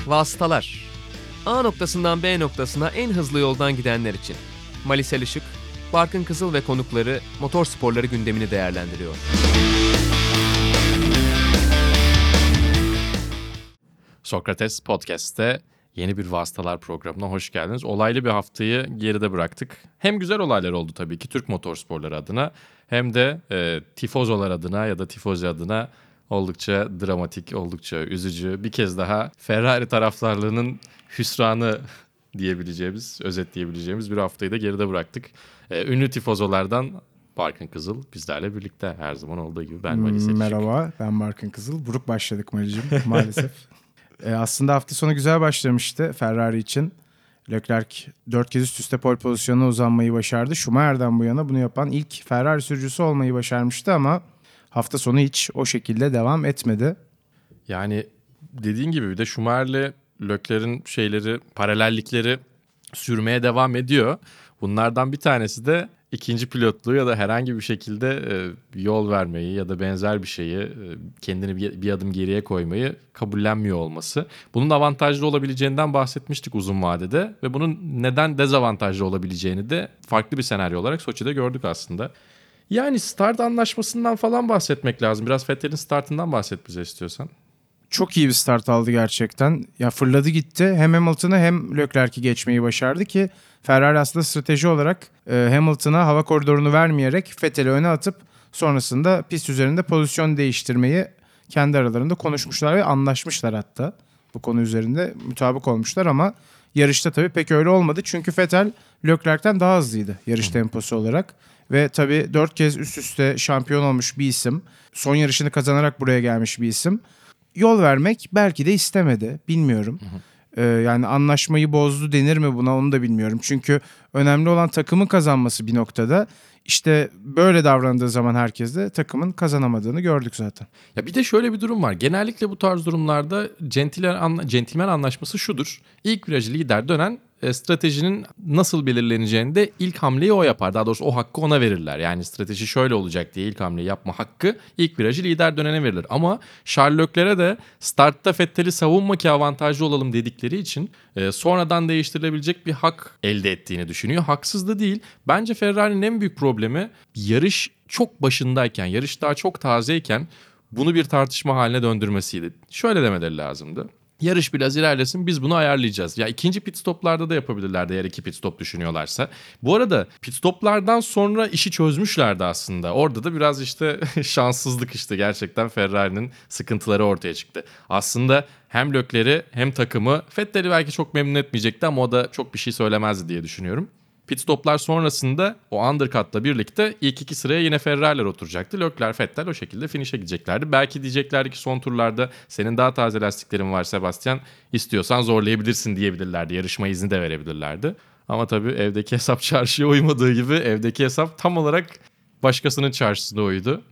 Vasıtalar. A noktasından B noktasına en hızlı yoldan gidenler için. Malisel Işık, Barkın Kızıl ve konukları motor sporları gündemini değerlendiriyor. Sokrates Podcast'te yeni bir Vasıtalar programına hoş geldiniz. Olaylı bir haftayı geride bıraktık. Hem güzel olaylar oldu tabii ki Türk motorsporları adına hem de tifozolar adına ya da tifozi adına oldukça dramatik, oldukça üzücü. Bir kez daha Ferrari taraftarlığının hüsranı diyebileceğimiz, özetleyebileceğimiz bir haftayı da geride bıraktık. Ünlü tifozolardan Barkın Kızıl bizlerle birlikte her zaman olduğu gibi ben Malisel Işık. Merhaba, ben Barkın Kızıl. Buruk başladık Mali'cim maalesef. Aslında hafta sonu güzel başlamıştı Ferrari için. Leclerc 4 kez üst üste pole pozisyonuna uzanmayı başardı. Schumacher'den bu yana bunu yapan ilk Ferrari sürücüsü olmayı başarmıştı ama hafta sonu hiç o şekilde devam etmedi. Yani dediğin gibi bir de Schumacher'le Leclerc'in paralellikleri sürmeye devam ediyor. Bunlardan bir tanesi de ikinci pilotluğu ya da herhangi bir şekilde yol vermeyi ya da benzer bir şeyi kendini bir adım geriye koymayı kabullenmiyor olması. Bunun avantajlı olabileceğinden bahsetmiştik uzun vadede ve bunun neden dezavantajlı olabileceğini de farklı bir senaryo olarak Soçi'de gördük aslında. Yani start anlaşmasından falan bahsetmek lazım. Biraz Vettel'in startından bahset bize istiyorsan. Çok iyi bir start aldı gerçekten. Ya fırladı gitti. Hem Hamilton'ı hem Leclerc'i geçmeyi başardı ki Ferrari aslında strateji olarak Hamilton'a hava koridorunu vermeyerek Vettel'i öne atıp sonrasında pist üzerinde pozisyon değiştirmeyi kendi aralarında konuşmuşlar ve anlaşmışlar hatta. Bu konu üzerinde mutabık olmuşlar ama yarışta tabii pek öyle olmadı. Çünkü Vettel Leclerc'ten daha hızlıydı yarış temposu olarak. Ve tabii 4 kez üst üste şampiyon olmuş bir isim. Son yarışını kazanarak buraya gelmiş bir isim. Yol vermek belki de istemedi. Bilmiyorum. Yani anlaşmayı bozdu denir mi buna onu da bilmiyorum. Çünkü önemli olan takımın kazanması bir noktada. İşte böyle davrandığı zaman herkes de takımın kazanamadığını gördük zaten. Ya bir de şöyle bir durum var. Genellikle bu tarz durumlarda centilmen anlaşması şudur. İlk virajı lider dönen stratejinin nasıl belirleneceğini de ilk hamleyi o yapar. Daha doğrusu o hakkı ona verirler. Yani strateji şöyle olacak diye ilk hamleyi yapma hakkı ilk virajı lider dönene verilir. Ama Charles Leclerc'e de startta Vettel'i savunma ki avantajlı olalım dedikleri için sonradan değiştirilebilecek bir hak elde ettiğini düşünüyor. Haksız da değil. Bence Ferrari'nin en büyük problemi yarış çok başındayken, yarış daha çok tazeyken bunu bir tartışma haline döndürmesiydi. Şöyle demeleri lazımdı. Yarış biraz ilerlesin biz bunu ayarlayacağız. Ya ikinci pit stoplarda da yapabilirlerdi eğer iki pit stop düşünüyorlarsa. Bu arada pit stoplardan sonra işi çözmüşlerdi aslında. Orada da biraz işte şanssızlık işte gerçekten Ferrari'nin sıkıntıları ortaya çıktı. Aslında hem Leclerc'i hem takımı Vettel'i belki çok memnun etmeyecekti ama o da çok bir şey söylemezdi diye düşünüyorum. Pit stoplar sonrasında o undercut'la birlikte ilk iki sıraya yine Ferrari'ler oturacaktı. Leclerc, Vettel o şekilde finish'e gideceklerdi. Belki diyeceklerdi ki son turlarda senin daha taze lastiklerin var Sebastian. İstiyorsan zorlayabilirsin diyebilirlerdi. Yarışma izni de verebilirlerdi. Ama tabii evdeki hesap çarşıya uymadığı gibi evdeki hesap tam olarak başkasının çarşısına uydu.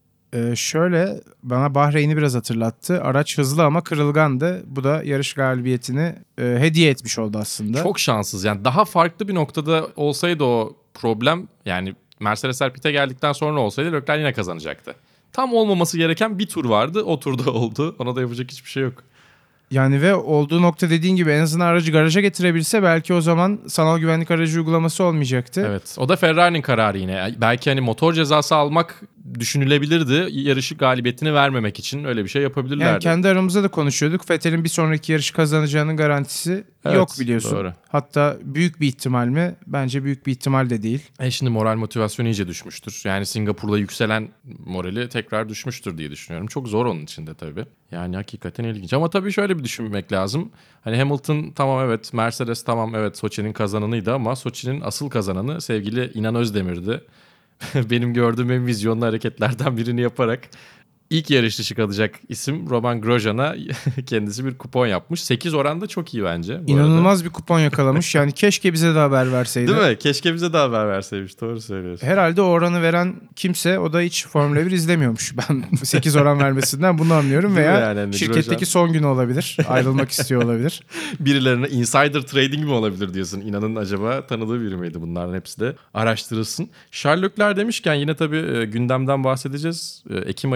Şöyle bana Bahreyn'i biraz hatırlattı. Araç hızlı ama kırılgandı. Bu da yarış galibiyetini hediye etmiş oldu aslında. Çok şanssız yani daha farklı bir noktada olsaydı o problem yani Mercedesler pite geldikten sonra olsaydı Leclerc yine kazanacaktı. Tam olmaması gereken bir tur vardı o turda oldu ona da yapacak hiçbir şey yok. Yani ve olduğu nokta dediğin gibi en azından aracı garaja getirebilse belki o zaman sanal güvenlik aracı uygulaması olmayacaktı. Evet o da Ferrari'nin kararı yine. Belki hani motor cezası almak düşünülebilirdi. Yarışı galibiyetini vermemek için öyle bir şey yapabilirlerdi. Yani kendi aramızda da konuşuyorduk. Vettel'in bir sonraki yarışı kazanacağının garantisi yok biliyorsun. Doğru. Hatta büyük bir ihtimal mi? Bence büyük bir ihtimal de değil. Şimdi moral motivasyonu iyice düşmüştür. Yani Singapur'da yükselen morali tekrar düşmüştür diye düşünüyorum. Çok zor onun için de tabii. Yani hakikaten ilginç. Ama tabii şöyle bir düşünmek lazım. Hani Hamilton tamam evet, Mercedes tamam evet Soçi'nin kazananıydı ama Soçi'nin asıl kazananı sevgili İnan Özdemir'di. Benim gördüğüm en vizyonlu hareketlerden birini yaparak ilk yarış dışı kalacak isim Romain Grosjean'a kendisi bir kupon yapmış. 8 oranda çok iyi bence. İnanılmaz bir kupon yakalamış. Yani keşke bize de haber verseydi. Değil mi? Keşke bize de haber verseymiş. Doğru söylüyorsun. Herhalde o oranı veren kimse o da hiç Formula 1 izlemiyormuş. Ben 8 oran vermesinden bunu anlıyorum veya yani şirketteki Grosjean son günü olabilir. Ayrılmak istiyor olabilir. Birilerine insider trading mi olabilir diyorsun? İnanın acaba tanıdığı biri miydi? Bunların hepsi de araştırılsın. Charles Leclerc demişken yine tabii gündemden bahsedeceğiz. Ekim ayında Sokrates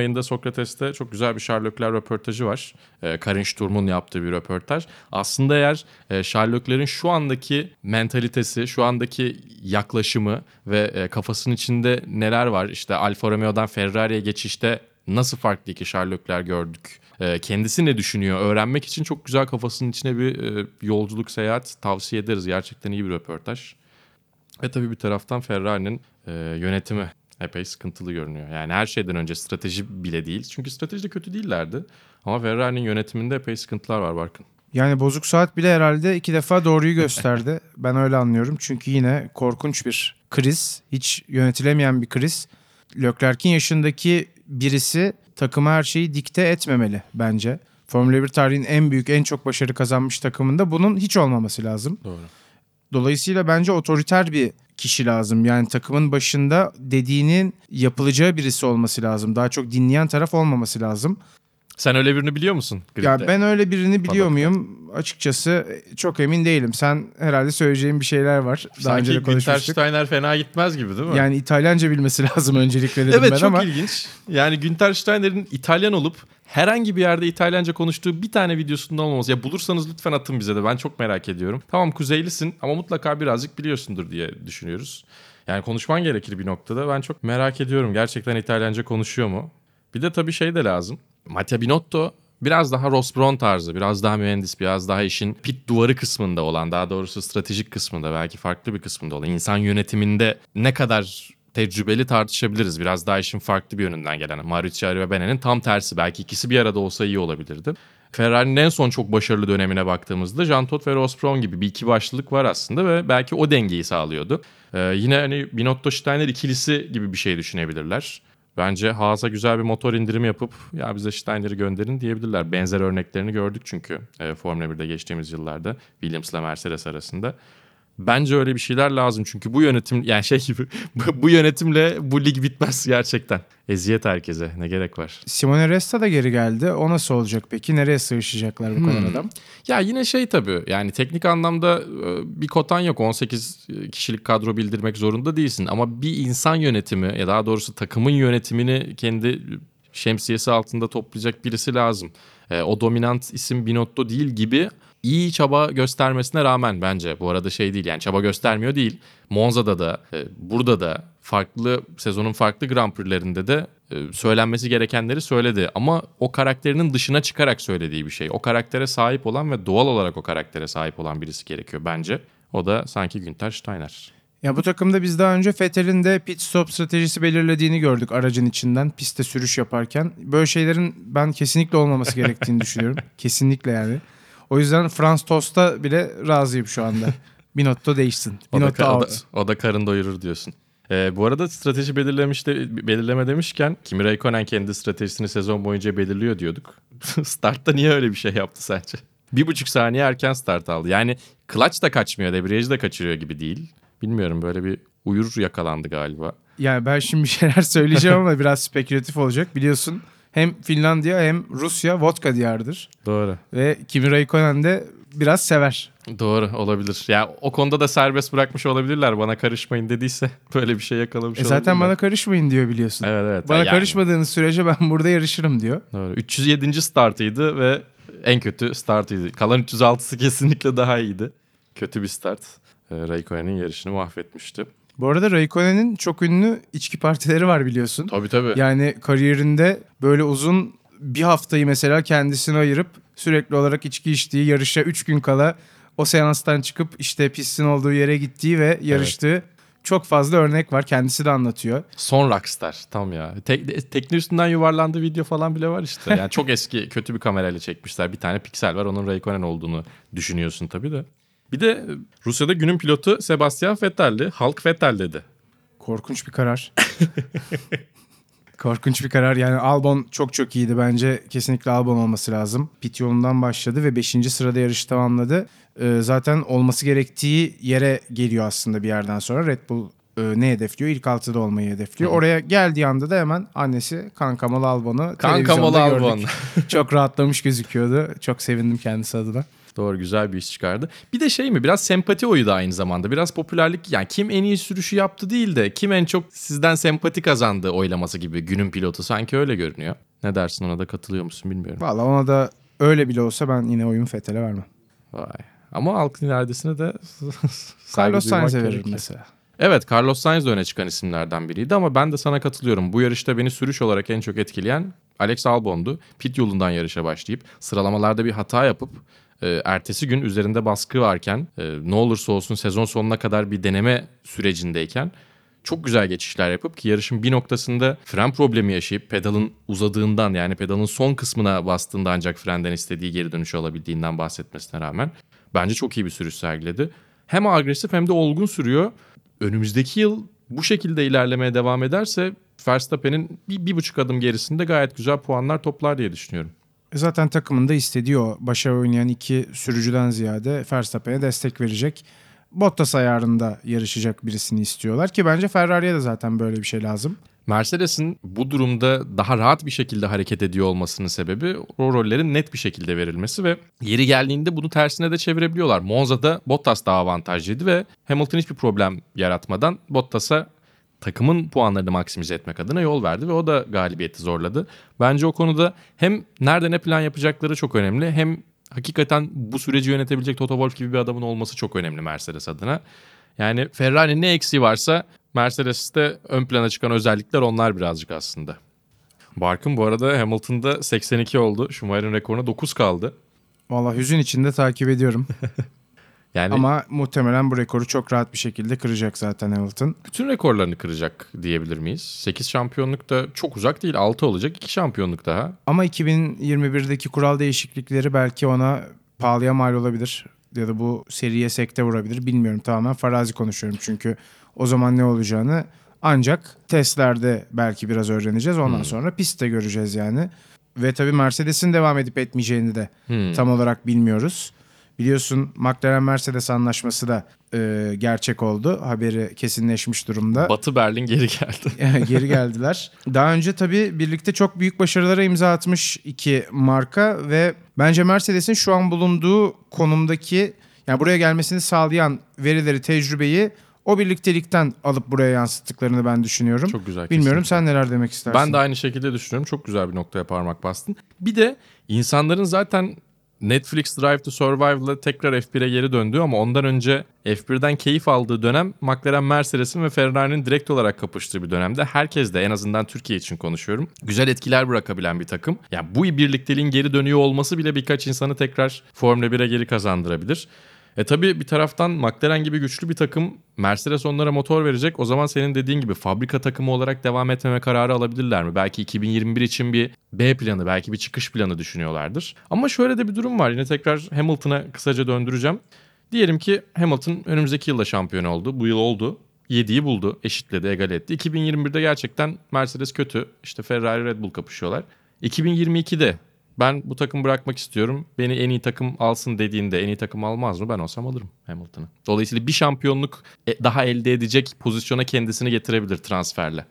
Sokrates'te çok güzel bir Charles Leclerc röportajı var. Karin Sturm'un yaptığı bir röportaj. Aslında eğer Charles Leclerc'in şu andaki mentalitesi, şu andaki yaklaşımı ve kafasının içinde neler var? İşte Alfa Romeo'dan Ferrari'ye geçişte nasıl farklı iki Charles Leclerc gördük? Kendisi ne düşünüyor? Öğrenmek için çok güzel, kafasının içine bir yolculuk, seyahat tavsiye ederiz. Gerçekten iyi bir röportaj. Ve tabii bir taraftan Ferrari'nin yönetimi epey sıkıntılı görünüyor. Yani her şeyden önce strateji bile değil. Çünkü stratejide kötü değillerdi. Ama Ferrari'nin yönetiminde epey sıkıntılar var Barkın. Yani bozuk saat bile herhalde 2 defa doğruyu gösterdi. Ben öyle anlıyorum. Çünkü yine korkunç bir kriz. Hiç yönetilemeyen bir kriz. Leclerc'in yaşındaki birisi takıma her şeyi dikte etmemeli bence. Formula 1 tarihinin en büyük, en çok başarı kazanmış takımında bunun hiç olmaması lazım. Doğru. Dolayısıyla bence otoriter bir kişi lazım. Yani takımın başında dediğinin yapılacağı birisi olması lazım. Daha çok dinleyen taraf olmaması lazım. Sen öyle birini biliyor musun? Grid'de? Ya ben öyle birini biliyor Paddock'ta. muyum? Açıkçası çok emin değilim. Sen herhalde söyleyeceğin bir şeyler var. Daha önce Sanki de Günther konuşmuştuk. Steiner fena gitmez gibi değil mi? Yani İtalyanca bilmesi lazım öncelikle dedim evet, ben çok ama. ilginç. Yani Günther Steiner'in İtalyan olup herhangi bir yerde İtalyanca konuştuğu bir tane videosunda olmaması. Ya bulursanız lütfen atın bize de. Ben çok merak ediyorum. Tamam, kuzeylisin ama mutlaka birazcık biliyorsundur diye düşünüyoruz. Yani konuşman gerekir bir noktada. Ben çok merak ediyorum. Gerçekten İtalyanca konuşuyor mu? Bir de tabii şey de lazım. Mattia Binotto biraz daha Ross Brawn tarzı, biraz daha mühendis, biraz daha işin pit duvarı kısmında olan, daha doğrusu stratejik kısmında, belki farklı bir kısmında olan, insan yönetiminde ne kadar tecrübeli tartışabiliriz. Biraz daha işin farklı bir yönünden gelen. Maurizio ve Benet'in tam tersi. Belki ikisi bir arada olsa iyi olabilirdi. Ferrari'nin en son çok başarılı dönemine baktığımızda Jean Todt ve Ross Brawn gibi bir iki başlılık var aslında ve belki o dengeyi sağlıyordu. Yine hani Binotto-Steiner ikilisi gibi bir şey düşünebilirler. Bence Haas'a güzel bir motor indirimi yapıp ya bize Steiner'i gönderin diyebilirler. Benzer örneklerini gördük çünkü Formula 1'de geçtiğimiz yıllarda Williams'la Mercedes arasında. Bence öyle bir şeyler lazım çünkü bu yönetim, yani şey gibi bu yönetimle bu lig bitmez gerçekten. Eziyet herkese, ne gerek var. Simone Resta da geri geldi. O nasıl olacak peki? Nereye sığışacaklar bu kadar adam? Ya yine şey tabii, yani teknik anlamda bir kotan yok. 18 kişilik kadro bildirmek zorunda değilsin. Ama bir insan yönetimi, ya daha doğrusu takımın yönetimini kendi şemsiyesi altında toplayacak birisi lazım. O dominant isim Binotto değil gibi, iyi çaba göstermesine rağmen bence. Bu arada şey değil, yani çaba göstermiyor değil. Monza'da da burada da farklı sezonun farklı Grand Prix'lerinde de söylenmesi gerekenleri söyledi. Ama o karakterinin dışına çıkarak söylediği bir şey. O karaktere sahip olan ve doğal olarak o karaktere sahip olan birisi gerekiyor bence. O da sanki Günther Steiner. Ya bu takımda biz daha önce Vettel'in de pit stop stratejisi belirlediğini gördük aracın içinden pistte sürüş yaparken. Böyle şeylerin ben kesinlikle olmaması gerektiğini düşünüyorum. Kesinlikle yani. O yüzden Franz Tost'a bile razıyım şu anda. Binotto değişsin. Binotto out. O da karın doyurur diyorsun. Bu arada strateji belirleme demişken Kimi Räikkönen kendi stratejisini sezon boyunca belirliyor diyorduk. Startta niye öyle bir şey yaptı sence? 1,5 saniye erken start aldı. Yani clutch da kaçmıyor, debriyajı da kaçırıyor gibi değil. Bilmiyorum, böyle bir uyur yakalandı galiba. Yani ben şimdi bir şeyler söyleyeceğim ama biraz spekülatif olacak. Biliyorsun hem Finlandiya hem Rusya vodka diyarıdır. Doğru. Ve Kimi Räikkönen de biraz sever. Doğru, olabilir. Ya o konuda da serbest bırakmış olabilirler. Bana karışmayın dediyse böyle bir şey yakalamış olabilirler. Zaten bana karışmayın diyor biliyorsun. Evet. Bana Yani. karışmadığınız sürece ben burada yarışırım diyor. Doğru. 307. startıydı ve en kötü startıydı. Kalan 306'sı kesinlikle daha iyiydi. Kötü bir start. Räikkönen'in yarışını mahvetmişti. Bu arada Räikkönen'in çok ünlü içki partileri var biliyorsun. Tabii. Yani kariyerinde böyle uzun bir haftayı mesela kendisine ayırıp sürekli olarak içki içtiği, yarışa 3 gün kala o seanstan çıkıp işte pistin olduğu yere gittiği ve yarıştığı çok fazla örnek var. Kendisi de anlatıyor. Son rockstar tam ya. Tekne üstünden yuvarlandığı video falan bile var işte. Yani çok eski, kötü bir kamerayla çekmişler. Bir tane piksel var, onun Räikkönen olduğunu düşünüyorsun tabii de. Bir de Rusya'da günün pilotu Sebastian Vettel'di. Halk Vettel dedi. Korkunç bir karar. Korkunç bir karar. Yani Albon çok iyiydi. Bence kesinlikle Albon olması lazım. Pit yolundan başladı ve 5. sırada yarışı tamamladı. Zaten olması gerektiği yere geliyor aslında bir yerden sonra. Red Bull ne hedefliyor? İlk 6'da olmayı hedefliyor. Oraya geldiği anda da hemen annesi Kankamalı Albon'u televizyonda gördük. Albon. Çok rahatlamış gözüküyordu. Çok sevindim kendisi adına. Doğru, güzel bir iş çıkardı. Bir de şey mi, biraz sempati oyu da aynı zamanda. Biraz popülerlik, yani kim en iyi sürüşü yaptı değil de kim en çok sizden sempati kazandı oylaması gibi günün pilotu, sanki öyle görünüyor. Ne dersin, ona da katılıyor musun bilmiyorum. Valla ona da öyle bile olsa ben yine oyumu Vettel'e vermem. Vay. Ama halkın iradesine de Carlos Sainz'e veririm gerekiyor. mesela. Evet, Carlos Sainz de öne çıkan isimlerden biriydi ama ben de sana katılıyorum. Bu yarışta beni sürüş olarak en çok etkileyen Alex Albon'du. Pit yolundan yarışa başlayıp sıralamalarda bir hata yapıp ertesi gün üzerinde baskı varken ne olursa olsun sezon sonuna kadar bir deneme sürecindeyken çok güzel geçişler yapıp ki yarışın bir noktasında fren problemi yaşayıp pedalın uzadığından, yani pedalın son kısmına bastığında ancak frenden istediği geri dönüşü alabildiğinden bahsetmesine rağmen bence çok iyi bir sürüş sergiledi. Hem agresif hem de olgun sürüyor. Önümüzdeki yıl bu şekilde ilerlemeye devam ederse Verstappen'in bir buçuk adım gerisinde gayet güzel puanlar toplar diye düşünüyorum. Zaten takımın da istediği o. Başa oynayan iki sürücüden ziyade Verstappen'e destek verecek. Bottas ayarında yarışacak birisini istiyorlar ki bence Ferrari'ye de zaten böyle bir şey lazım. Mercedes'in bu durumda daha rahat bir şekilde hareket ediyor olmasının sebebi o rollerin net bir şekilde verilmesi ve yeri geldiğinde bunu tersine de çevirebiliyorlar. Monza'da Bottas daha avantajlıydı ve Hamilton hiçbir problem yaratmadan Bottas'a takımın puanlarını maksimize etmek adına yol verdi ve o da galibiyeti zorladı. Bence o konuda hem nerede ne plan yapacakları çok önemli, hem hakikaten bu süreci yönetebilecek Toto Wolff gibi bir adamın olması çok önemli Mercedes adına. Yani Ferrari'nin ne eksiği varsa Mercedes'te ön plana çıkan özellikler onlar birazcık aslında. Barkın bu arada Hamilton'da 82 oldu. Schumacher'in rekoruna 9 kaldı. Valla hüzün içinde takip ediyorum. Yani Ama muhtemelen bu rekoru çok rahat bir şekilde kıracak zaten Hamilton. bütün rekorlarını kıracak diyebilir miyiz? 8 şampiyonluk da çok uzak değil. 6 olacak, 2 şampiyonluk daha. Ama 2021'deki kural değişiklikleri belki ona pahalıya mal olabilir. Ya da bu seriye sekte vurabilir. Bilmiyorum, tamamen farazi konuşuyorum çünkü o zaman ne olacağını ancak testlerde belki biraz öğreneceğiz. Ondan sonra pistte göreceğiz yani. Ve tabii Mercedes'in devam edip etmeyeceğini de tam olarak bilmiyoruz. Biliyorsun McLaren-Mercedes anlaşması da gerçek oldu. Haberi kesinleşmiş durumda. Batı Berlin geri geldi. Geri geldiler. Daha önce tabii birlikte çok büyük başarılara imza atmış iki marka ve bence Mercedes'in şu an bulunduğu konumdaki, yani buraya gelmesini sağlayan verileri, tecrübeyi o birliktelikten alıp buraya yansıttıklarını ben düşünüyorum. Çok güzel. Bilmiyorum, kesinlikle. sen neler demek istersin? Ben de aynı şekilde düşünüyorum. Çok güzel bir noktaya parmak bastın. Bir de insanların zaten Netflix Drive to Survive'la tekrar F1'e geri döndüğü ama ondan önce F1'den keyif aldığı dönem McLaren, Mercedes'in ve Ferrari'nin direkt olarak kapıştığı bir dönemde. Herkes de, en azından Türkiye için konuşuyorum, güzel etkiler bırakabilen bir takım. Yani bu birlikteliğin geri dönüyor olması bile birkaç insanı tekrar Formula 1'e geri kazandırabilir. Tabii bir taraftan McLaren gibi güçlü bir takım, Mercedes onlara motor verecek. O zaman senin dediğin gibi fabrika takımı olarak devam etmeme kararı alabilirler mi? Belki 2021 için bir B planı, belki bir çıkış planı düşünüyorlardır. Ama şöyle de bir durum var. Yine tekrar Hamilton'a kısaca döndüreceğim. Diyelim ki Hamilton önümüzdeki yılda şampiyon oldu. Bu yıl oldu. 7'yi buldu, eşitledi, egal etti. 2021'de gerçekten Mercedes kötü. İşte Ferrari, Red Bull kapışıyorlar. 2022'de ben bu takımı bırakmak istiyorum, beni en iyi takım alsın dediğinde en iyi takım almaz mı? Ben olsam alırım Hamilton'ı. Dolayısıyla bir şampiyonluk daha elde edecek pozisyona kendisini getirebilir transferle.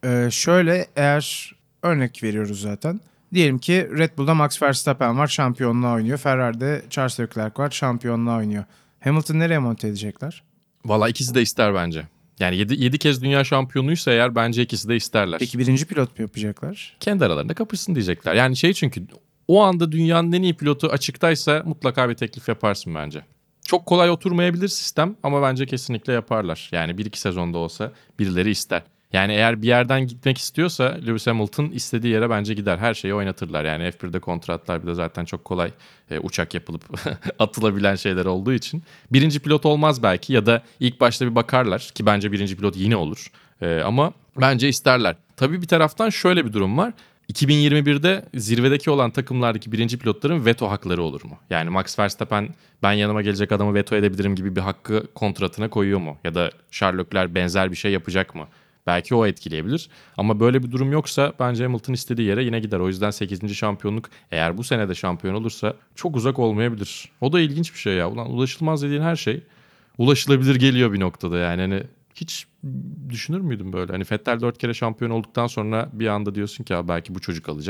Şöyle, eğer örnek veriyoruz zaten. Diyelim ki Red Bull'da Max Verstappen var, şampiyonluğa oynuyor. Ferrari'de Charles Leclerc var, şampiyonluğa oynuyor. Hamilton nereye monte edecekler? Valla ikisi de ister bence. Yani 7 kez dünya şampiyonuysa eğer bence ikisi de isterler. Peki birinci pilot mu yapacaklar? Kendi aralarında kapışsın diyecekler. Yani çünkü o anda dünyanın en iyi pilotu açıktaysa mutlaka bir teklif yaparsın bence. Çok kolay oturmayabilir sistem ama bence kesinlikle yaparlar. Yani 1-2 sezonda olsa birileri ister. Yani eğer bir yerden gitmek istiyorsa Lewis Hamilton istediği yere bence gider. Her şeyi oynatırlar. Yani F1'de kontratlar bir de zaten çok kolay uçak yapılıp atılabilen şeyler olduğu için. Birinci pilot olmaz belki ya da ilk başta bir bakarlar ki bence birinci pilot yine olur. Ama bence isterler. Tabii bir taraftan şöyle bir durum var. 2021'de zirvedeki olan takımlardaki birinci pilotların veto hakları olur mu? Yani Max Verstappen ben yanıma gelecek adamı veto edebilirim gibi bir hakkı kontratına koyuyor mu? Ya da Charles Leclerc benzer bir şey yapacak mı? Belki o etkileyebilir. Ama böyle bir durum yoksa bence Hamilton istediği yere yine gider. O yüzden 8. şampiyonluk eğer bu sene de şampiyon olursa çok uzak olmayabilir. O da ilginç bir şey ya. Ulan ulaşılmaz dediğin her şey ulaşılabilir geliyor bir noktada yani. Hani hiç düşünür müydün böyle? Hani Vettel 4 kere şampiyon olduktan sonra bir anda diyorsun ki belki bu çocuk alacak.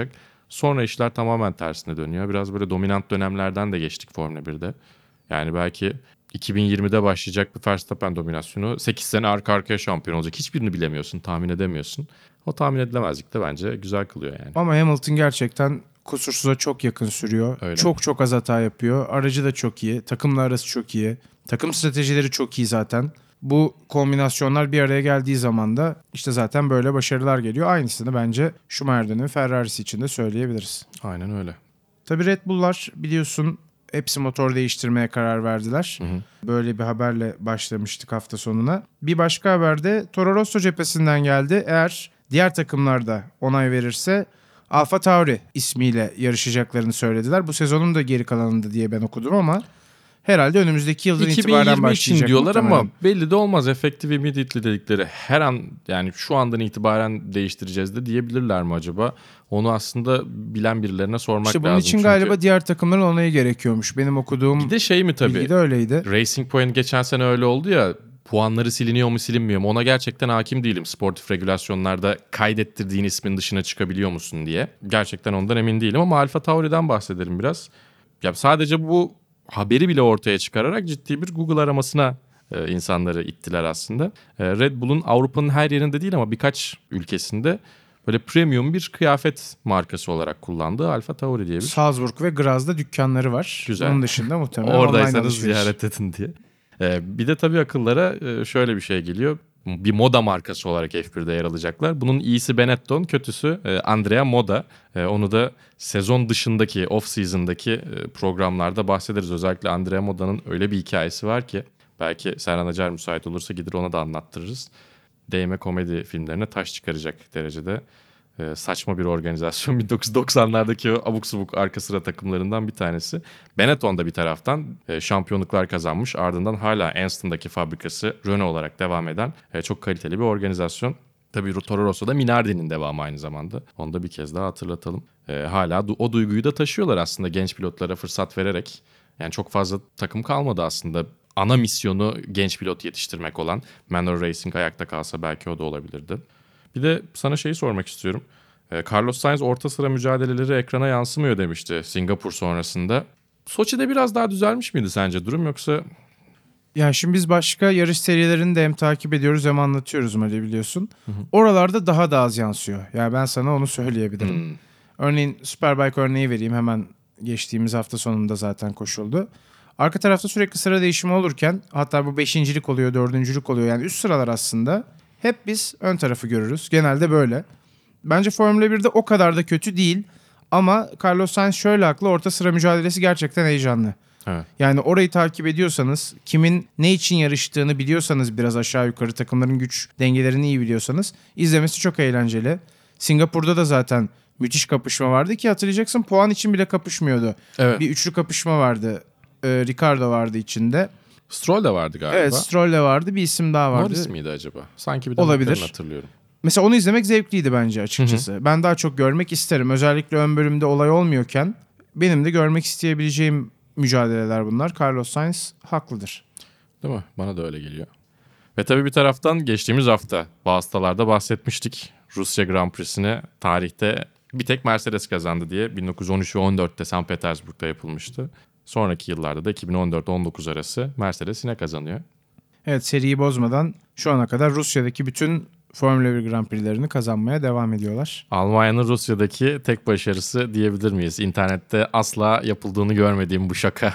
Sonra işler tamamen tersine dönüyor. Biraz böyle dominant dönemlerden de geçtik Formula 1'de. Yani belki 2020'de başlayacak bir Verstappen dominasyonu 8 sene arka arkaya şampiyon olacak. Hiçbirini bilemiyorsun, tahmin edemiyorsun. O tahmin edilemezlik de bence güzel kılıyor yani. Ama Hamilton gerçekten kusursuza çok yakın sürüyor. Öyle. Çok çok az hata yapıyor. Aracı da çok iyi. Takımla arası çok iyi. Takım stratejileri çok iyi zaten. Bu kombinasyonlar bir araya geldiği zaman da işte zaten böyle başarılar geliyor. Aynısını bence Schumacher'den ve Ferrari'si için de söyleyebiliriz. Aynen öyle. Tabii Red Bull'lar biliyorsun hepsi motor değiştirmeye karar verdiler. Böyle bir haberle başlamıştık hafta sonuna. Bir başka haber de Toro Rosso cephesinden geldi. Eğer diğer takımlar da onay verirse AlphaTauri ismiyle yarışacaklarını söylediler. Bu sezonun da geri kalanında diye ben okudum ama herhalde önümüzdeki yıldan itibaren 2020 başlayacak. için diyorlar ama muhtemelen. belli de olmaz. Effective immediately dedikleri her an, yani şu andan itibaren değiştireceğiz de diyebilirler mi acaba? Onu aslında bilen birilerine sormak İşte lazım. bunun için Çünkü galiba diğer takımların onayı gerekiyormuş. Benim okuduğum bir de şey mi tabii? bilgi de öyleydi. Racing Point geçen sene öyle oldu ya, puanları siliniyor mu silinmiyor mu, ona gerçekten hakim değilim. Sportif regülasyonlarda kaydettirdiğin ismin dışına çıkabiliyor musun diye. Gerçekten ondan emin değilim ama AlphaTauri'den bahsedelim biraz. Ya sadece bu haberi bile ortaya çıkararak ciddi bir Google aramasına insanları ittiler aslında. Red Bull'un Avrupa'nın her yerinde değil ama birkaç ülkesinde böyle premium bir kıyafet markası olarak kullandığı AlphaTauri diye bir. Salzburg ve Graz'da dükkanları var. Güzel. Bunun dışında muhtemelen online Oradaysanız alışveriş. ziyaret edin diye. Bir de tabii akıllara şöyle bir şey geliyor. Bir moda markası olarak F1'de yer alacaklar. Bunun iyisi Benetton, kötüsü Andrea Moda. Onu da sezon dışındaki, off-season'daki programlarda bahsederiz. Özellikle Andrea Moda'nın öyle bir hikayesi var ki belki Serhan Acar müsait olursa gider ona da anlattırırız. Değme komedi filmlerine taş çıkaracak derecede saçma bir organizasyon. 1990'lardaki o abuk subuk arka sıra takımlarından bir tanesi. Benetton da bir taraftan şampiyonluklar kazanmış. Ardından hala Anston'daki fabrikası Renault olarak devam eden çok kaliteli bir organizasyon. Tabii Toro Rosso'da Minardi'nin devamı aynı zamanda. Onu da bir kez daha hatırlatalım. Hala o duyguyu da taşıyorlar aslında genç pilotlara fırsat vererek. Yani çok fazla takım kalmadı aslında. Ana misyonu genç pilot yetiştirmek olan Manor Racing ayakta kalsa belki o da olabilirdi. Bir de sana şeyi sormak istiyorum. Carlos Sainz orta sıra mücadeleleri ekrana yansımıyor demişti Singapur sonrasında. Soçi'de biraz daha düzelmiş miydi sence durum, yoksa? Yani şimdi biz başka yarış serilerini de hem takip ediyoruz hem anlatıyoruz öyle biliyorsun. Oralarda daha da az yansıyor. Yani ben sana onu söyleyebilirim. Örneğin Superbike örneği vereyim, hemen geçtiğimiz hafta sonunda zaten koşuldu. Arka tarafta sürekli sıra değişimi olurken, hatta bu 5.'lik oluyor, 4.'lük oluyor, yani üst sıralar aslında hep biz ön tarafı görürüz. Genelde böyle. Bence Formula 1'de o kadar da kötü değil ama Carlos Sainz şöyle haklı, orta sıra mücadelesi gerçekten heyecanlı. Evet. Yani orayı takip ediyorsanız, kimin ne için yarıştığını biliyorsanız, biraz aşağı yukarı takımların güç dengelerini iyi biliyorsanız izlemesi çok eğlenceli. Singapur'da da zaten müthiş kapışma vardı ki hatırlayacaksın, puan için bile kapışmıyordu. Evet. Bir üçlü kapışma vardı. Ricardo vardı içinde. Stroll de vardı galiba. Evet, Stroll de vardı. Bir isim daha vardı. Norris miydi acaba? Sanki bir de Olabilir. hatırlıyorum. Mesela onu izlemek zevkliydi bence açıkçası. Ben daha çok görmek isterim. Özellikle ön bölümde olay olmuyorken benim de görmek isteyebileceğim mücadeleler bunlar. Carlos Sainz haklıdır. Değil mi? Bana da öyle geliyor. Ve tabii bir taraftan geçtiğimiz hafta vasıtalarda bahsetmiştik. Rusya Grand Prix'sini tarihte bir tek Mercedes kazandı diye 1913 ve 14'te St. Petersburg'da yapılmıştı. Sonraki yıllarda da 2014-19 arası Mercedes yine kazanıyor. Evet, seriyi bozmadan şu ana kadar Rusya'daki bütün Formula 1 Grand Prix'lerini kazanmaya devam ediyorlar. Almanya'nın Rusya'daki tek başarısı diyebilir miyiz? İnternette asla yapıldığını görmediğim bu şaka.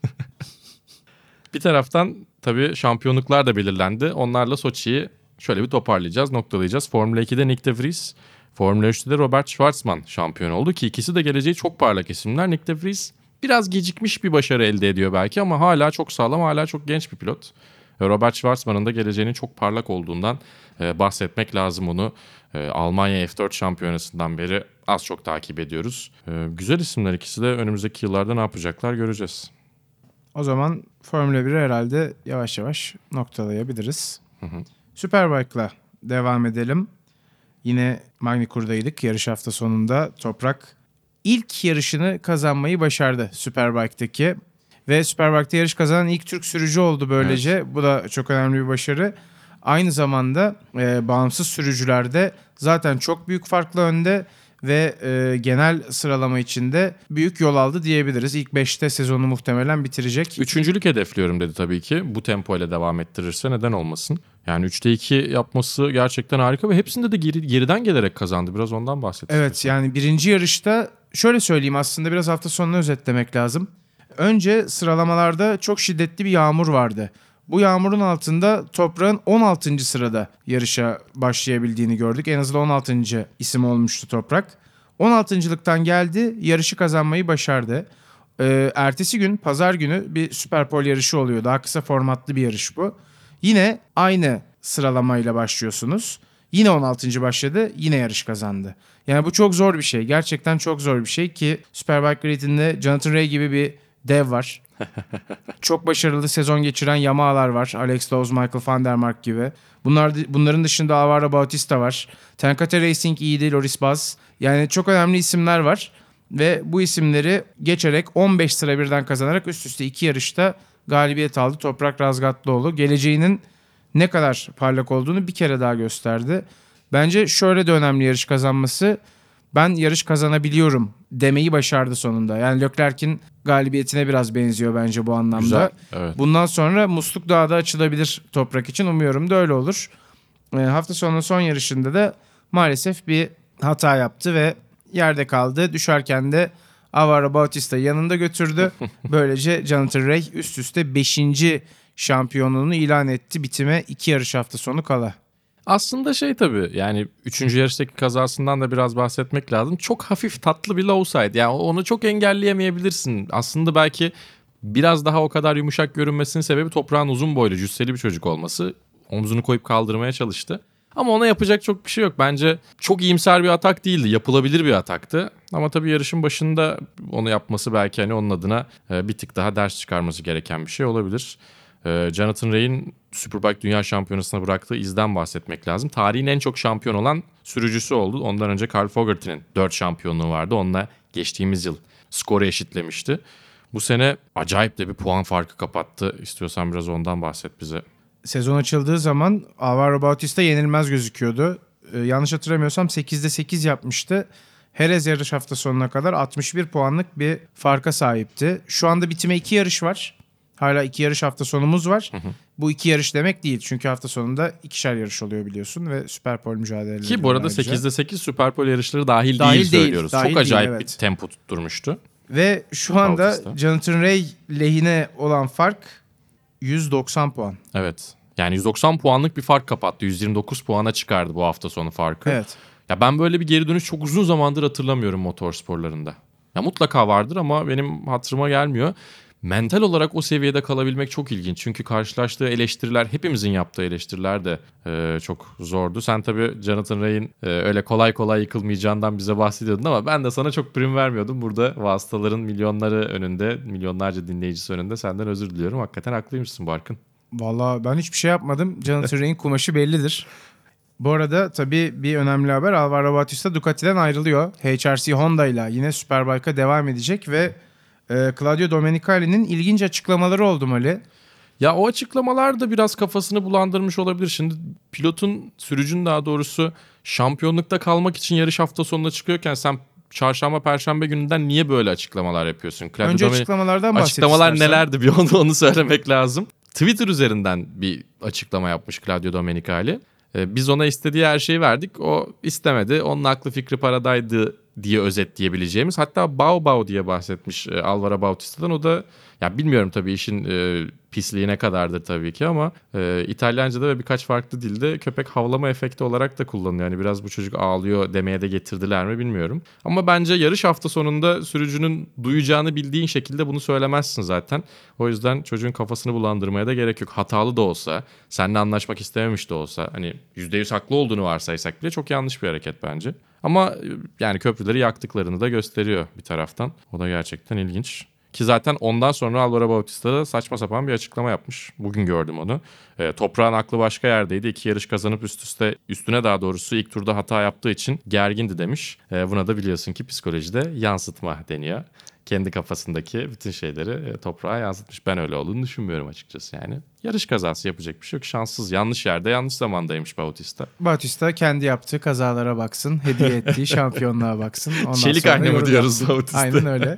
Bir taraftan tabii şampiyonluklar da belirlendi. Onlarla Soçi'yi şöyle bir toparlayacağız, noktalayacağız. Formula 2'de Nick de Vries, Formula 3'te de Robert Schwarzman şampiyon oldu ki ikisi de geleceği çok parlak isimler. Nick de Vries biraz gecikmiş bir başarı elde ediyor belki ama hala çok sağlam, hala çok genç bir pilot. Robert Schwarzman'ın da geleceğinin çok parlak olduğundan bahsetmek lazım onu. Almanya F4 şampiyonasından beri az çok takip ediyoruz. Güzel isimler ikisi de, önümüzdeki yıllarda ne yapacaklar göreceğiz. O zaman Formula 1'i herhalde yavaş yavaş noktalayabiliriz. Superbike'la devam edelim. Yine Magny-Cours''daydık yarış hafta sonunda. Toprak ilk yarışını kazanmayı başardı Superbike'daki. Ve Superbike'da yarış kazanan ilk Türk sürücü oldu böylece. Evet. Bu da çok önemli bir başarı. Aynı zamanda bağımsız sürücülerde zaten çok büyük farklı önde. ve genel sıralama içinde büyük yol aldı diyebiliriz. İlk 5'te sezonu muhtemelen bitirecek. Üçüncülük hedefliyorum dedi tabii ki. Bu tempoyla devam ettirirse neden olmasın. Yani 3'te 2 yapması gerçekten harika ve hepsinde de geriden gelerek kazandı. Biraz ondan bahsettik. Evet, yani birinci yarışta şöyle söyleyeyim, aslında biraz hafta sonunu özetlemek lazım. Önce sıralamalarda çok şiddetli bir yağmur vardı. Bu yağmurun altında Toprak'ın 16. sırada yarışa başlayabildiğini gördük. En azından 16. isim olmuştu Toprak. 16.lıktan geldi, yarışı kazanmayı başardı. Ertesi gün, pazar günü bir Super Pole yarışı oluyor. Daha kısa formatlı bir yarış bu. Yine aynı sıralamayla başlıyorsunuz. Yine 16. başladı, yine yarış kazandı. Yani bu çok zor bir şey. Gerçekten çok zor bir şey ki Superbike Grid'inde Jonathan Rea gibi bir dev var. Çok başarılı sezon geçiren Yamaha'lar var. Alex Lowes, Michael van der Mark gibi. Bunların dışında Alvaro Bautista var. Tenkate Racing iyiydi, Loris Baz. Yani çok önemli isimler var. Ve bu isimleri geçerek 15 sıra birden kazanarak üst üste 2 yarışta galibiyet aldı Toprak Razgatlıoğlu. Geleceğinin ne kadar parlak olduğunu bir kere daha gösterdi. Bence şöyle de önemli yarış kazanması. Ben yarış kazanabiliyorum demeyi başardı sonunda. Yani Leclerc'in galibiyetine biraz benziyor bence bu anlamda. Güzel, evet. Bundan sonra musluk daha da açılabilir Toprak için. Umuyorum da öyle olur. Hafta sonu son yarışında da maalesef bir hata yaptı ve yerde kaldı. Düşerken de Alvaro Bautista'yı yanında götürdü. Böylece Jonathan Rea üst üste 5. şampiyonluğunu ilan etti. Bitime 2 yarış hafta sonu kala. Aslında tabii yani 3. yarıştaki kazasından da biraz bahsetmek lazım. Çok hafif tatlı bir low side. Yani onu çok engelleyemeyebilirsin. Aslında belki biraz daha o kadar yumuşak görünmesinin sebebi Toprağın uzun boylu, cüsseli bir çocuk olması. Omzunu koyup kaldırmaya çalıştı. Ama ona yapacak çok bir şey yok. Bence çok iyimser bir atak değildi. Yapılabilir bir ataktı. Ama tabii yarışın başında onu yapması belki hani onun adına bir tık daha ders çıkarması gereken bir şey olabilir. Jonathan Rea'nin Superbike Dünya Şampiyonası'na bıraktığı izden bahsetmek lazım. Tarihin en çok şampiyon olan sürücüsü oldu. Ondan önce Carl Fogarty'nin 4 şampiyonluğu vardı. Onunla geçtiğimiz yıl skoru eşitlemişti. Bu sene acayip de bir puan farkı kapattı. İstiyorsan biraz ondan bahset bize. Sezon açıldığı zaman Alvaro Bautista yenilmez gözüküyordu. Yanlış hatırlamıyorsam 8'de 8 yapmıştı. Jerez yarış hafta sonuna kadar 61 puanlık bir farka sahipti. Şu anda bitime 2 yarış var. Hala 2 yarış hafta sonumuz var. Bu 2 yarış demek değil. Çünkü hafta sonunda 2'şer yarış oluyor biliyorsun ve Super Pole mücadeleleri. Ki bu arada ayrıca. 8'de 8 Super Pole yarışları dahil değil söylüyoruz. Dahil çok acayip değil, bir evet. tempo tutturmuştu. Ve şu anda Bautista. Jonathan Rea lehine olan fark 190 puan. Evet. Yani 190 puanlık bir fark kapattı. 129 puana çıkardı bu hafta sonu farkı. Evet. Ya ben böyle bir geri dönüş çok uzun zamandır hatırlamıyorum motorsporlarında. Ya mutlaka vardır ama benim hatırıma gelmiyor. Mental olarak o seviyede kalabilmek çok ilginç. Çünkü karşılaştığı eleştiriler, hepimizin yaptığı eleştiriler de çok zordu. Sen tabii Jonathan Rea'nin öyle kolay kolay yıkılmayacağından bize bahsediyordun ama ben de sana çok prim vermiyordum. Burada vasıtaların milyonları önünde, milyonlarca dinleyicisi önünde senden özür diliyorum. Hakikaten haklıymışsın Barkın. Valla ben hiçbir şey yapmadım. Jonathan Rea'nin kumaşı bellidir. Bu arada tabii bir önemli haber. Alvaro Bautista Ducati'den ayrılıyor. HRC Honda ile yine Superbike'a devam edecek ve Claudio Domenicali'nin ilginç açıklamaları oldu Mali. Ya o açıklamalar da biraz kafasını bulandırmış olabilir. Şimdi pilotun, sürücünün daha doğrusu şampiyonlukta kalmak için yarış hafta sonuna çıkıyorken sen çarşamba, perşembe gününden niye böyle açıklamalar yapıyorsun? Önce açıklamalardan bahset Açıklamalar istersen. nelerdi bir onu söylemek lazım. Twitter üzerinden bir açıklama yapmış Claudio Domenicali. Biz ona istediği her şeyi verdik. O istemedi. Onun aklı fikri paradaydı diye özetleyebileceğimiz. Hatta Bao diye bahsetmiş Alvaro Bautista'dan. O da ya bilmiyorum tabii işin pisliği ne kadardır tabii ki ama İtalyanca'da ve birkaç farklı dilde köpek havlama efekti olarak da kullanılıyor. Yani biraz bu çocuk ağlıyor demeye de getirdiler mi bilmiyorum. Ama bence yarış hafta sonunda sürücünün duyacağını bildiğin şekilde bunu söylemezsin zaten. O yüzden çocuğun kafasını bulandırmaya da gerek yok. Hatalı da olsa, seninle anlaşmak istememiş de olsa hani %100 haklı olduğunu varsaysak bile çok yanlış bir hareket bence. Ama yani köprüleri yaktıklarını da gösteriyor bir taraftan. O da gerçekten ilginç. Ki zaten ondan sonra Alvaro Bautista da saçma sapan bir açıklama yapmış. Bugün gördüm onu. Toprağın aklı başka yerdeydi. 2 yarış kazanıp üstüne daha doğrusu ilk turda hata yaptığı için gergindi demiş. Buna da biliyorsun ki psikolojide yansıtma deniyor. kendi kafasındaki bütün şeyleri toprağa yansıtmış. Ben öyle olduğunu düşünmüyorum açıkçası yani. Yarış kazası, yapacak bir şey yok. Şanssız, yanlış yerde, yanlış zamandaymış Bautista. Bautista kendi yaptığı kazalara baksın. Hediye ettiği şampiyonluğa baksın. Ondan Çelik sonra ayna mı yorum diyoruz yapsın. Bautista? Aynen öyle.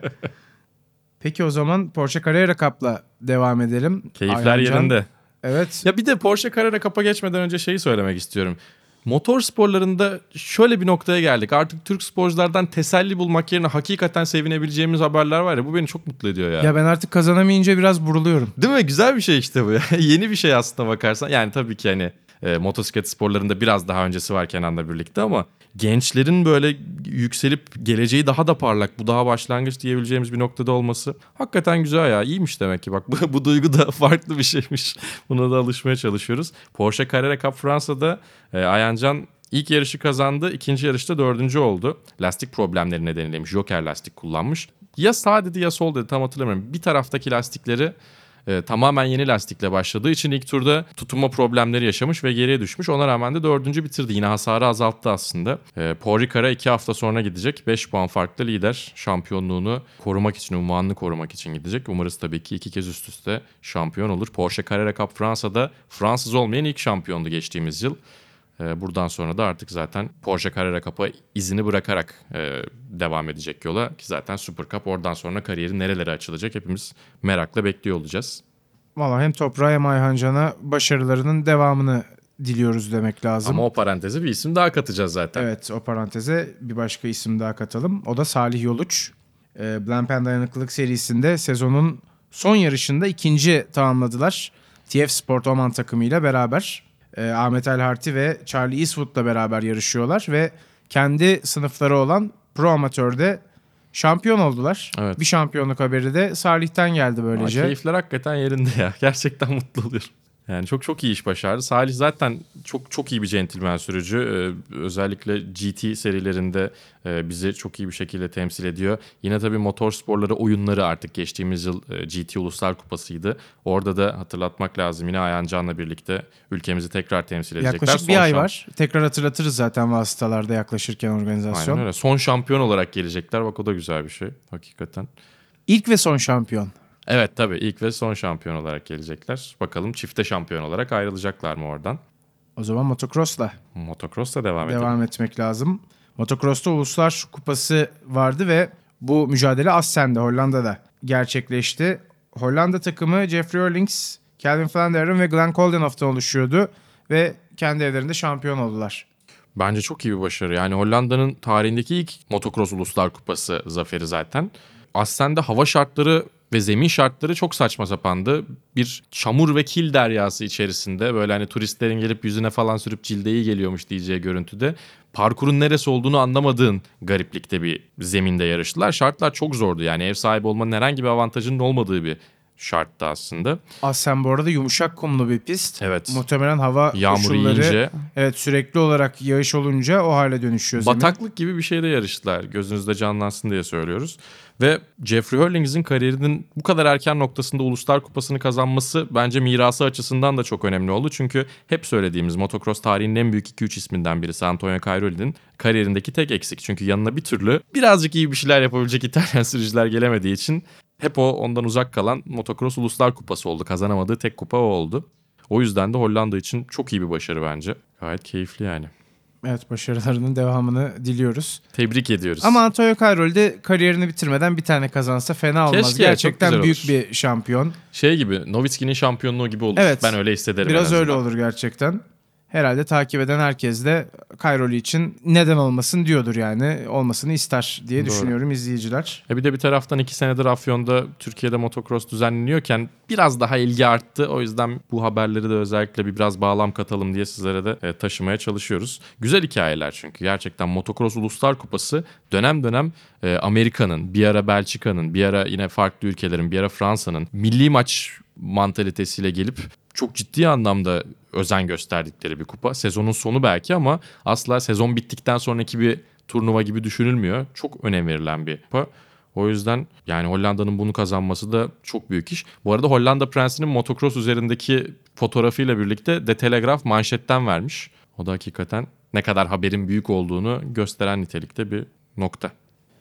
Peki o zaman Porsche Carrera Cup'la devam edelim. Keyifler Ayhancan, yerinde. Evet. Ya bir de Porsche Carrera Cup'a geçmeden önce şeyi söylemek istiyorum. Motor sporlarında şöyle bir noktaya geldik. Artık Türk sporculardan teselli bulmak yerine hakikaten sevinebileceğimiz haberler var ya. Bu beni çok mutlu ediyor ya. Ya ben artık kazanamayınca biraz buruluyorum. Değil mi? Güzel bir şey işte bu ya. Yeni bir şey aslında bakarsan. Yani tabii ki hani motosiklet sporlarında biraz daha öncesi var Kenan'la birlikte ama gençlerin böyle yükselip geleceği daha da parlak, bu daha başlangıç diyebileceğimiz bir noktada olması hakikaten güzel ya. İyiymiş demek ki. Bak bu duygu da farklı bir şeymiş. Buna da alışmaya çalışıyoruz. Porsche Carrera Cup Fransa'da Ayhancan ilk yarışı kazandı. İkinci yarışta 4. oldu. Lastik problemleri nedeniyle Joker lastik kullanmış. Ya sağ dedi ya sol dedi, tam hatırlamıyorum. Bir taraftaki lastikleri tamamen yeni lastikle başladığı için ilk turda tutunma problemleri yaşamış ve geriye düşmüş. Ona rağmen de 4. bitirdi. Yine hasarı azalttı aslında. Paul Ricard'a 2 hafta sonra gidecek. 5 puan farklı lider, şampiyonluğunu korumak için, unvanını korumak için gidecek. Umarız tabii ki 2 kez üst üste şampiyon olur. Porsche Carrera Cup Fransa'da Fransız olmayan ilk şampiyondu geçtiğimiz yıl. Buradan sonra da artık zaten Porsche Carrera Cup'a izini bırakarak devam edecek yola. Ki zaten Super Cup, oradan sonra kariyeri nerelere açılacak hepimiz merakla bekliyor olacağız. Valla hem Toprağa hem Ayhancan'a başarılarının devamını diliyoruz demek lazım. Ama o paranteze bir isim daha katacağız zaten. Evet, o paranteze bir başka isim daha katalım. O da Salih Yoluç. Blancpain Dayanıklılık serisinde sezonun son yarışında ikinci tamamladılar. TF Sport Oman takımıyla beraber. Ahmet El Harti ve Charlie Eastwood'la beraber yarışıyorlar ve kendi sınıfları olan Pro Amatör'de şampiyon oldular. Evet. Bir şampiyonluk haberi de Salih'ten geldi böylece. Ama keyifler hakikaten yerinde ya. Gerçekten mutlu oluyorum. Yani çok iyi iş başardı. Salih zaten çok iyi bir centilmen sürücü. Özellikle GT serilerinde bizi çok iyi bir şekilde temsil ediyor. Yine tabii motorsporları oyunları artık geçtiğimiz yıl GT Uluslar Kupası'ydı. Orada da hatırlatmak lazım, yine Ayhancan'la birlikte ülkemizi tekrar temsil edecekler. Yaklaşık bir ay var. Tekrar hatırlatırız zaten vasıtalarda yaklaşırken organizasyon. Aynen öyle. Son şampiyon olarak gelecekler. Bak o da güzel bir şey hakikaten. İlk ve son şampiyon. Evet tabii, ilk ve son şampiyon olarak gelecekler. Bakalım çifte şampiyon olarak ayrılacaklar mı oradan? O zaman motocross'la Motocross'la devam edelim. devam etmek lazım. Motocross'ta Uluslar Kupası vardı ve bu mücadele Assen'de, Hollanda'da gerçekleşti. Hollanda takımı Jeffrey Eurlings, Calvin Flanderen ve Glenn Koldenhoff'tan oluşuyordu ve kendi evlerinde şampiyon oldular. Bence çok iyi bir başarı. Yani Hollanda'nın tarihindeki ilk Motocross Uluslar Kupası zaferi zaten. Assen'de hava şartları ve zemin şartları çok saçma sapandı. Bir çamur ve kil deryası içerisinde, böyle hani turistlerin gelip yüzüne falan sürüp cilde iyi geliyormuş diyeceği görüntüde, parkurun neresi olduğunu anlamadığın gariplikte bir zeminde yarıştılar. Şartlar çok zordu, yani ev sahibi olmanın herhangi bir avantajının olmadığı bir şarttı aslında. Assen bu arada yumuşak kumlu bir pist. Evet. Muhtemelen hava Yağmur koşulları yiyince evet, sürekli olarak yağış olunca o hale dönüşüyor zemin. bataklık gibi bir şeyde yarıştılar. Gözünüzde canlansın diye söylüyoruz. Ve Jeffrey Eurlings'in kariyerinin bu kadar erken noktasında Uluslar Kupası'nı kazanması bence mirası açısından da çok önemli oldu. Çünkü hep söylediğimiz motocross tarihinin en büyük 2-3 isminden birisi Antonio Cairoli'nin kariyerindeki tek eksik. Çünkü yanına bir türlü birazcık iyi bir şeyler yapabilecek İtalyan sürücüler gelemediği için hep o ondan uzak kalan Motocross Uluslar Kupası oldu. Kazanamadığı tek kupa o oldu. O yüzden de Hollanda için çok iyi bir başarı bence. Gayet keyifli yani. Evet, başarılarının devamını diliyoruz. Tebrik ediyoruz. Ama Antonio Cairoli de kariyerini bitirmeden bir tane kazansa fena olmaz. Keşke, Gerçekten çok güzel büyük olur. bir şampiyon. Şey gibi, Nowitzki'nin şampiyonluğu gibi olur. Evet. Ben öyle hissederim. Biraz en öyle azından. olur gerçekten. Herhalde takip eden herkes de Cairoli için neden olmasın diyordur yani. Olmasını ister diye Doğru. düşünüyorum izleyiciler. Bir de bir taraftan 2 senedir Afyon'da Türkiye'de motocross düzenleniyorken biraz daha ilgi arttı. O yüzden bu haberleri de özellikle biraz bağlam katalım diye sizlere de taşımaya çalışıyoruz. Güzel hikayeler çünkü. Gerçekten Motocross Uluslar Kupası dönem dönem Amerika'nın, bir ara Belçika'nın, bir ara yine farklı ülkelerin, bir ara Fransa'nın milli maç mantalitesiyle gelip çok ciddi anlamda özen gösterdikleri bir kupa. Sezonun sonu belki ama asla sezon bittikten sonraki bir turnuva gibi düşünülmüyor. Çok önem verilen bir kupa. O yüzden yani Hollanda'nın bunu kazanması da çok büyük iş. Bu arada Hollanda Prensi'nin motocross üzerindeki fotoğrafıyla birlikte The Telegraph manşetten vermiş. O da hakikaten ne kadar haberin büyük olduğunu gösteren nitelikte bir nokta.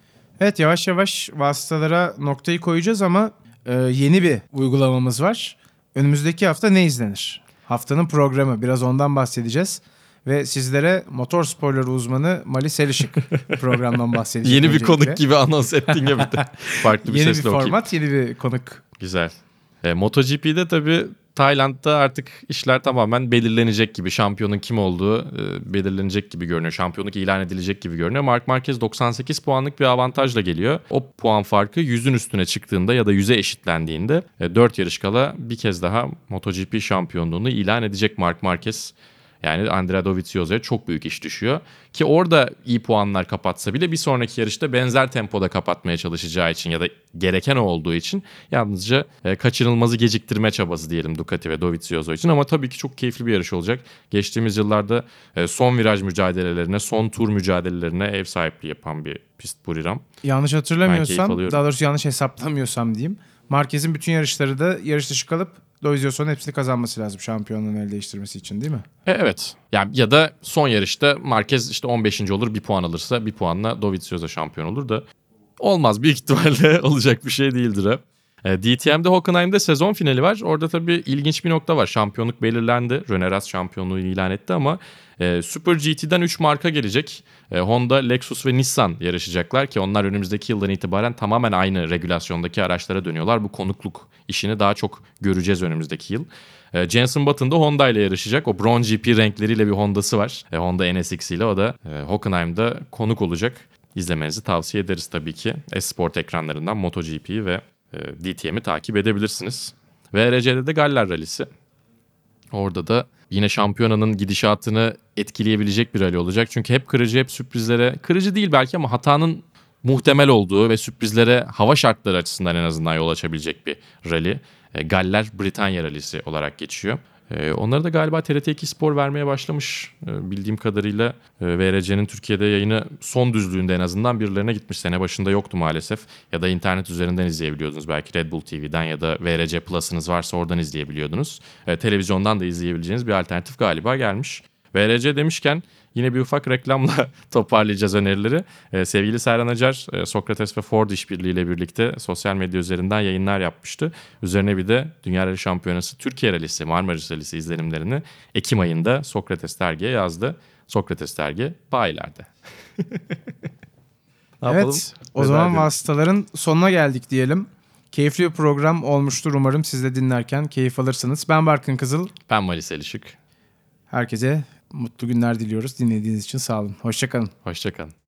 Evet, yavaş yavaş vasıtalara noktayı koyacağız ama yeni bir uygulamamız var. Önümüzdeki hafta ne izlenir? Haftanın programı, biraz ondan bahsedeceğiz. Ve sizlere motor sporları uzmanı Mali Selişik programdan bahsedecek. Yeni bir öncelikle. konuk gibi anons ettin ya bir de. Farklı bir Yeni bir sesle okuyayım. format, yeni bir konuk. Güzel. MotoGP'de tabii Tayland'da artık işler tamamen belirlenecek gibi. Şampiyonun kim olduğu belirlenecek gibi görünüyor. Şampiyonluk ilan edilecek gibi görünüyor. Marc Marquez 98 puanlık bir avantajla geliyor. O puan farkı 100'ün üstüne çıktığında ya da 100'e eşitlendiğinde 4 yarış kala bir kez daha MotoGP şampiyonluğunu ilan edecek Marc Marquez. Yani Andrea Dovizioso'ya çok büyük iş düşüyor. Ki orada iyi puanlar kapatsa bile bir sonraki yarışta benzer tempoda kapatmaya çalışacağı için ya da gereken olduğu için yalnızca kaçınılmazı geciktirme çabası diyelim Ducati ve Dovizioso için. Ama tabii ki çok keyifli bir yarış olacak. Geçtiğimiz yıllarda son viraj mücadelelerine, son tur mücadelelerine ev sahipliği yapan bir pist Buriram. Yanlış Ben hatırlamıyorsam, keyif alıyorum. daha doğrusu yanlış hesaplamıyorsam diyeyim. Marquez'in bütün yarışları da yarış dışı kalıp Dovizioso'nun hepsini kazanması lazım şampiyonluğunu elde değiştirmesi için, değil mi? Evet. Yani ya da son yarışta Marquez işte 15. olur, bir puan alırsa bir puanla Dovizioso şampiyon olur da olmaz. Büyük ihtimalle olacak bir şey değildir ha. DTM'de Hockenheim'de sezon finali var. Orada tabii ilginç bir nokta var. Şampiyonluk belirlendi. Rene Rast şampiyonluğu ilan etti ama Super GT'den 3 marka gelecek. Honda, Lexus ve Nissan yarışacaklar ki onlar önümüzdeki yıldan itibaren tamamen aynı regülasyondaki araçlara dönüyorlar. Bu konukluk işini daha çok göreceğiz önümüzdeki yıl. Jenson Button da Honda ile yarışacak. O Bronze GP renkleriyle bir Honda'sı var. Honda NSX ile o da Hockenheim'da konuk olacak. İzlemenizi tavsiye ederiz tabii ki. Esport ekranlarından MotoGP'yi ve DTM'i takip edebilirsiniz. VRC'de de Galler Rally'si. Orada da yine şampiyonanın gidişatını etkileyebilecek bir rally olacak. Çünkü hep kırıcı, hep sürprizlere, kırıcı değil belki ama hatanın muhtemel olduğu ve sürprizlere hava şartları açısından en azından yol açabilecek bir rally. Galler Britanya Rally'si olarak geçiyor. Onları da galiba TRT2 Spor vermeye başlamış bildiğim kadarıyla. VRC'nin Türkiye'de yayını son düzlüğünde en azından birilerine gitmiş. Sene başında yoktu maalesef. Ya da internet üzerinden izleyebiliyordunuz. Belki Red Bull TV'den ya da VRC Plus'ınız varsa oradan izleyebiliyordunuz. Televizyondan da izleyebileceğiniz bir alternatif galiba gelmiş. VRC demişken yine bir ufak reklamla toparlayacağız önerileri. Sevgili Serhan Acar, Sokrates ve Ford işbirliğiyle birlikte sosyal medya üzerinden yayınlar yapmıştı. Üzerine bir de Dünya Rally Şampiyonası Türkiye Rally'si, Marmaris Rally'si izlenimlerini Ekim ayında Sokrates Dergi'ye yazdı. Sokrates Dergi bayilerde. Evet, o zaman vasıtaların sonuna geldik diyelim. Keyifli bir program olmuştur, umarım siz de dinlerken keyif alırsınız. Ben Barkın Kızıl. Ben Mali Selişik. Herkese mutlu günler diliyoruz. Dinlediğiniz için sağ olun. Hoşça kalın. Hoşça kalın.